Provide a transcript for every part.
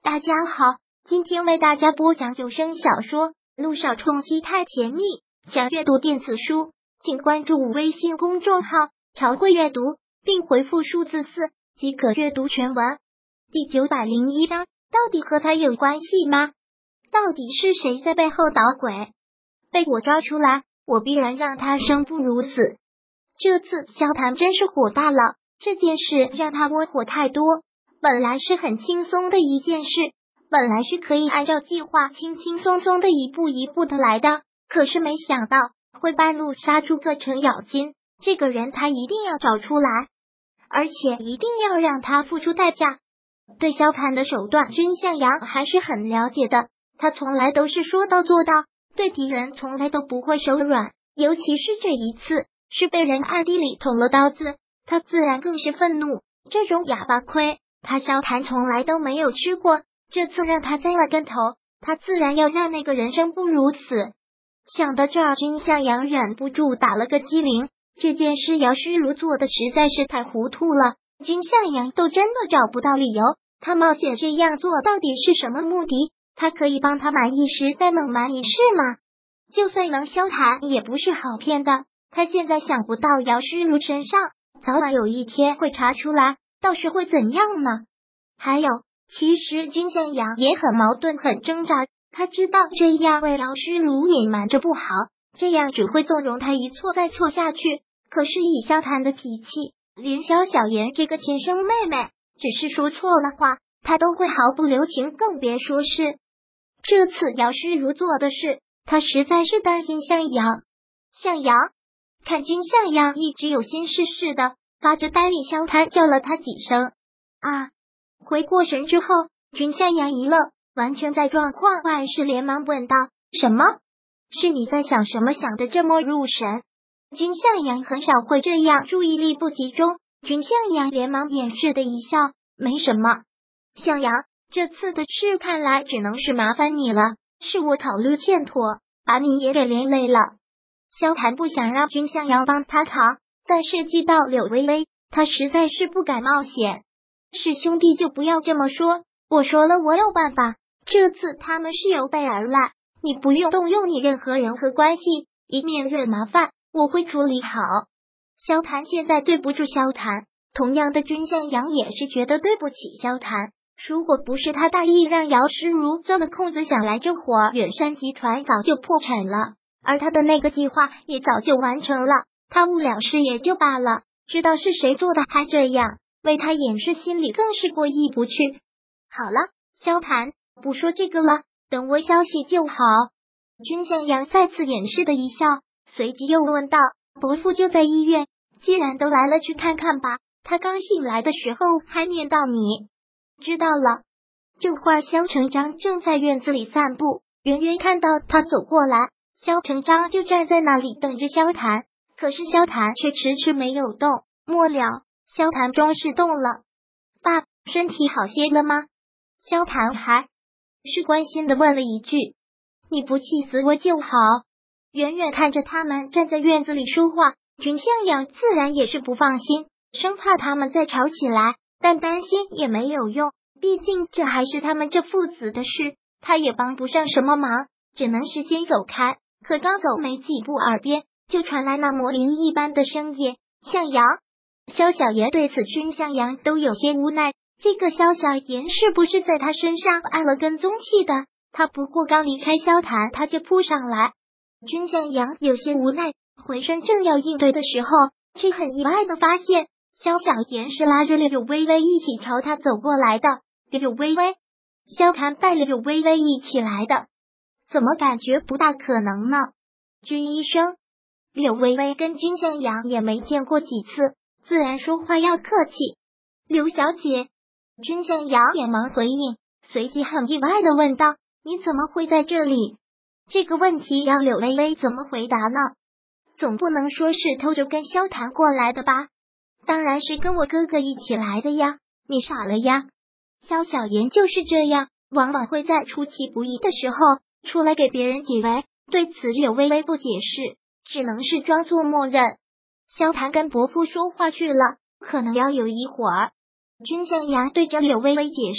大家好，今天为大家播讲有声小说《路上冲击太甜蜜》。想阅读电子书，请关注微信公众号朝会阅读，并回复数字4即可阅读全文。第901章，到底和他有关系吗？到底是谁在背后捣鬼？被我抓出来，我必然让他生不如死。这次萧谈真是火大了，这件事让他窝火太多。本来是很轻松的一件事，本来是可以按照计划轻轻松松的一步一步的来的，可是没想到会半路杀出个程咬金，这个人他一定要找出来，而且一定要让他付出代价。对萧谈的手段，君向阳还是很了解的，他从来都是说到做到，对敌人从来都不会手软，尤其是这一次是被人暗地里捅了刀子，他自然更是愤怒。这种哑巴亏他萧谈从来都没有吃过，这次让他栽了跟头，他自然要让那个人生不如死。想到这儿，君向阳忍不住打了个激灵，这件事姚诗如做的实在是太糊涂了，君向阳都真的找不到理由，他冒险这样做到底是什么目的？他可以帮他买一时再能买一世吗？就算能萧谈也不是好骗的，他现在想不到姚诗如身上，早晚有一天会查出来，到时会怎样呢？还有，其实君向阳也很矛盾很挣扎，他知道这样为姚诗如隐瞒着不好，这样只会纵容他一错再错下去，可是以萧谈的脾气，连萧小妍这个亲生妹妹只是说错了话，他都会毫不留情，更别说是这次姚诗如做的事，他实在是担心向阳。向阳看君向阳一直有心事似的，发着呆脸，萧谈叫了他几声啊。回过神之后，君向阳一愣，完全在状况外，是连忙问道：什么？是你在想什么，想得这么入神？君向阳很少会这样注意力不集中，君向阳连忙掩饰的一笑，没什么。向阳，这次的事看来只能是麻烦你了，是我考虑欠妥，把你也给连累了。萧谈不想让君向阳帮他扛，但是记到柳微微，他实在是不敢冒险。是兄弟就不要这么说，我说了我有办法，这次他们是有备而来，你不用动用你任何人和关系，以免惹麻烦，我会处理好。萧谈现在对不住萧谈，同样的君向阳也是觉得对不起萧谈，如果不是他大意让姚诗如钻了空子想来这伙远山集团早就破产了，而他的那个计划也早就完成了，他误了事也就罢了，知道是谁做的还这样为他掩饰，心里更是过意不去。好了，萧谈，不说这个了，等我消息就好。君向阳再次掩饰的一笑，随即又问道：伯父就在医院，既然都来了，去看看吧。他刚醒来的时候还念叨你。知道了。这会儿萧成章正在院子里散步，远远看到他走过来，萧成章就站在那里等着萧谈，可是萧谈却迟迟没有动。末了，萧谈终是动了。爸，身体好些了吗？萧谈还是关心的问了一句。你不气死我就好。远远看着他们站在院子里说话，君向阳自然也是不放心，生怕他们再吵起来，但担心也没有用，毕竟这还是他们这父子的事，他也帮不上什么忙，只能是先走开。可刚走没几步，耳边就传来那魔灵一般的声音：向阳。萧小妍对此君向阳都有些无奈，这个萧小妍是不是在他身上安了根踪气的？他不过刚离开萧谈，他就扑上来。君向阳有些无奈，回身正要应对的时候，却很意外的发现萧小妍是拉着柳微微一起朝他走过来的。柳微微，萧谈带柳微微一起来的，怎么感觉不大可能呢？君医生，柳微微跟君向阳也没见过几次，自然说话要客气。刘小姐，君向阳连忙回应，随即很意外的问道：你怎么会在这里？这个问题让柳微微怎么回答呢？总不能说是偷着跟萧谈过来的吧？当然是跟我哥哥一起来的呀，你傻了呀？萧小妍就是这样，往往会在出其不意的时候出来给别人解围，对此柳微微不解释，只能是装作默认。萧谈跟伯父说话去了，可能要有一会儿。君向阳对着柳微微解释，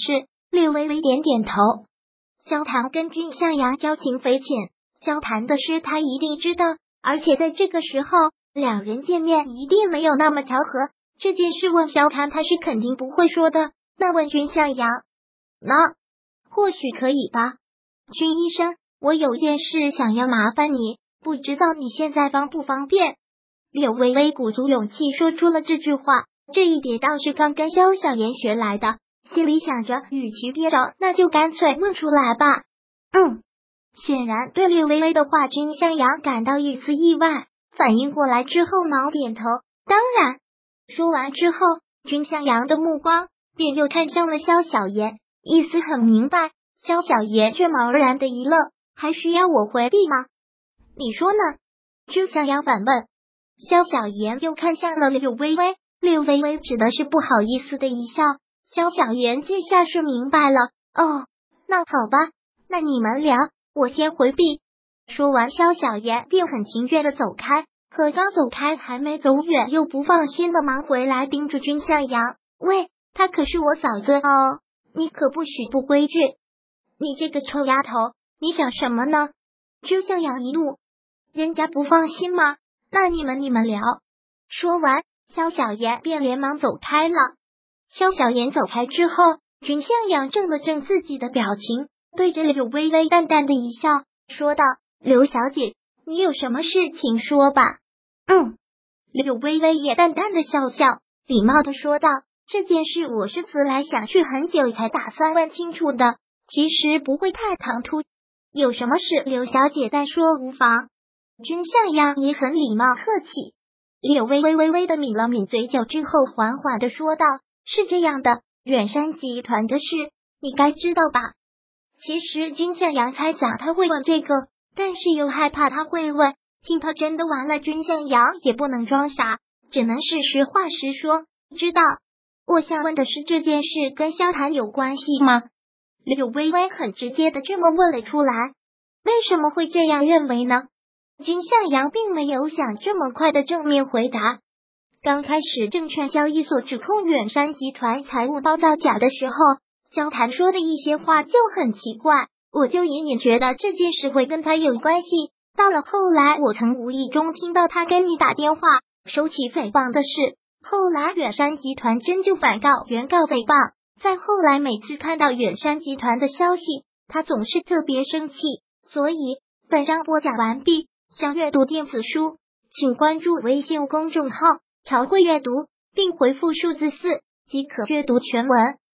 略微微点点头。萧谈跟君向阳交情匪浅，萧谈的事他一定知道，而且在这个时候，两人见面一定没有那么巧合。这件事问萧谈他是肯定不会说的，那问君向阳，那或许可以吧。君医生，我有件事想要麻烦你，不知道你现在方不方便？柳微微鼓足勇气说出了这句话，这一点倒是刚跟萧小言学来的，心里想着与其憋着，那就干脆问出来吧。显然对柳微微的话君向阳感到一丝意外，反应过来之后忙点头，当然。说完之后，君向阳的目光便又看向了萧小言，意思很明白。萧小言却茫然的一愣，还需要我回避吗？你说呢？君向阳反问。萧小言又看向了柳微微，柳微微指的是不好意思的一笑。萧小言这下是明白了，哦，那好吧，那你们聊，我先回避。说完，萧小言便很情愿的走开，可刚走开还没走远，又不放心的忙回来盯着君向阳，喂，她可是我嫂子哦，你可不许不规矩。你这个臭丫头，你想什么呢？君向阳一怒，人家不放心吗？那你们聊。说完，萧小言便连忙走开了。萧小言走开之后，君向阳正了正自己的表情，对着柳微微淡淡的一笑，说道：刘小姐，你有什么事情说吧。柳微微也淡淡的笑笑，礼貌的说道：这件事我是思来想去很久才打算问清楚的，其实不会太唐突，有什么事刘小姐再说无妨。君向阳也很礼貌客气。柳微微微微的抿了抿嘴角之后，缓缓的说道：是这样的，远山集团的事你该知道吧。其实君向阳猜想他会问这个，但是又害怕他会问，听他真的完了，君向阳也不能装傻，只能是实话实说。知道，我想问的是这件事跟萧谈有关系吗？柳微微很直接的这么问了出来。为什么会这样认为呢？君向阳并没有想这么快的正面回答。刚开始证券交易所指控远山集团财务包造假的时候，萧谈说的一些话就很奇怪，我就隐隐觉得这件事会跟他有关系。到了后来，我曾无意中听到他跟你打电话收起诽谤的事，后来远山集团真就反告原告诽谤，再后来每次看到远山集团的消息，他总是特别生气。所以本章播讲完毕，想阅读电子书，请关注微信公众号朝会阅读，并回复数字4即可阅读全文。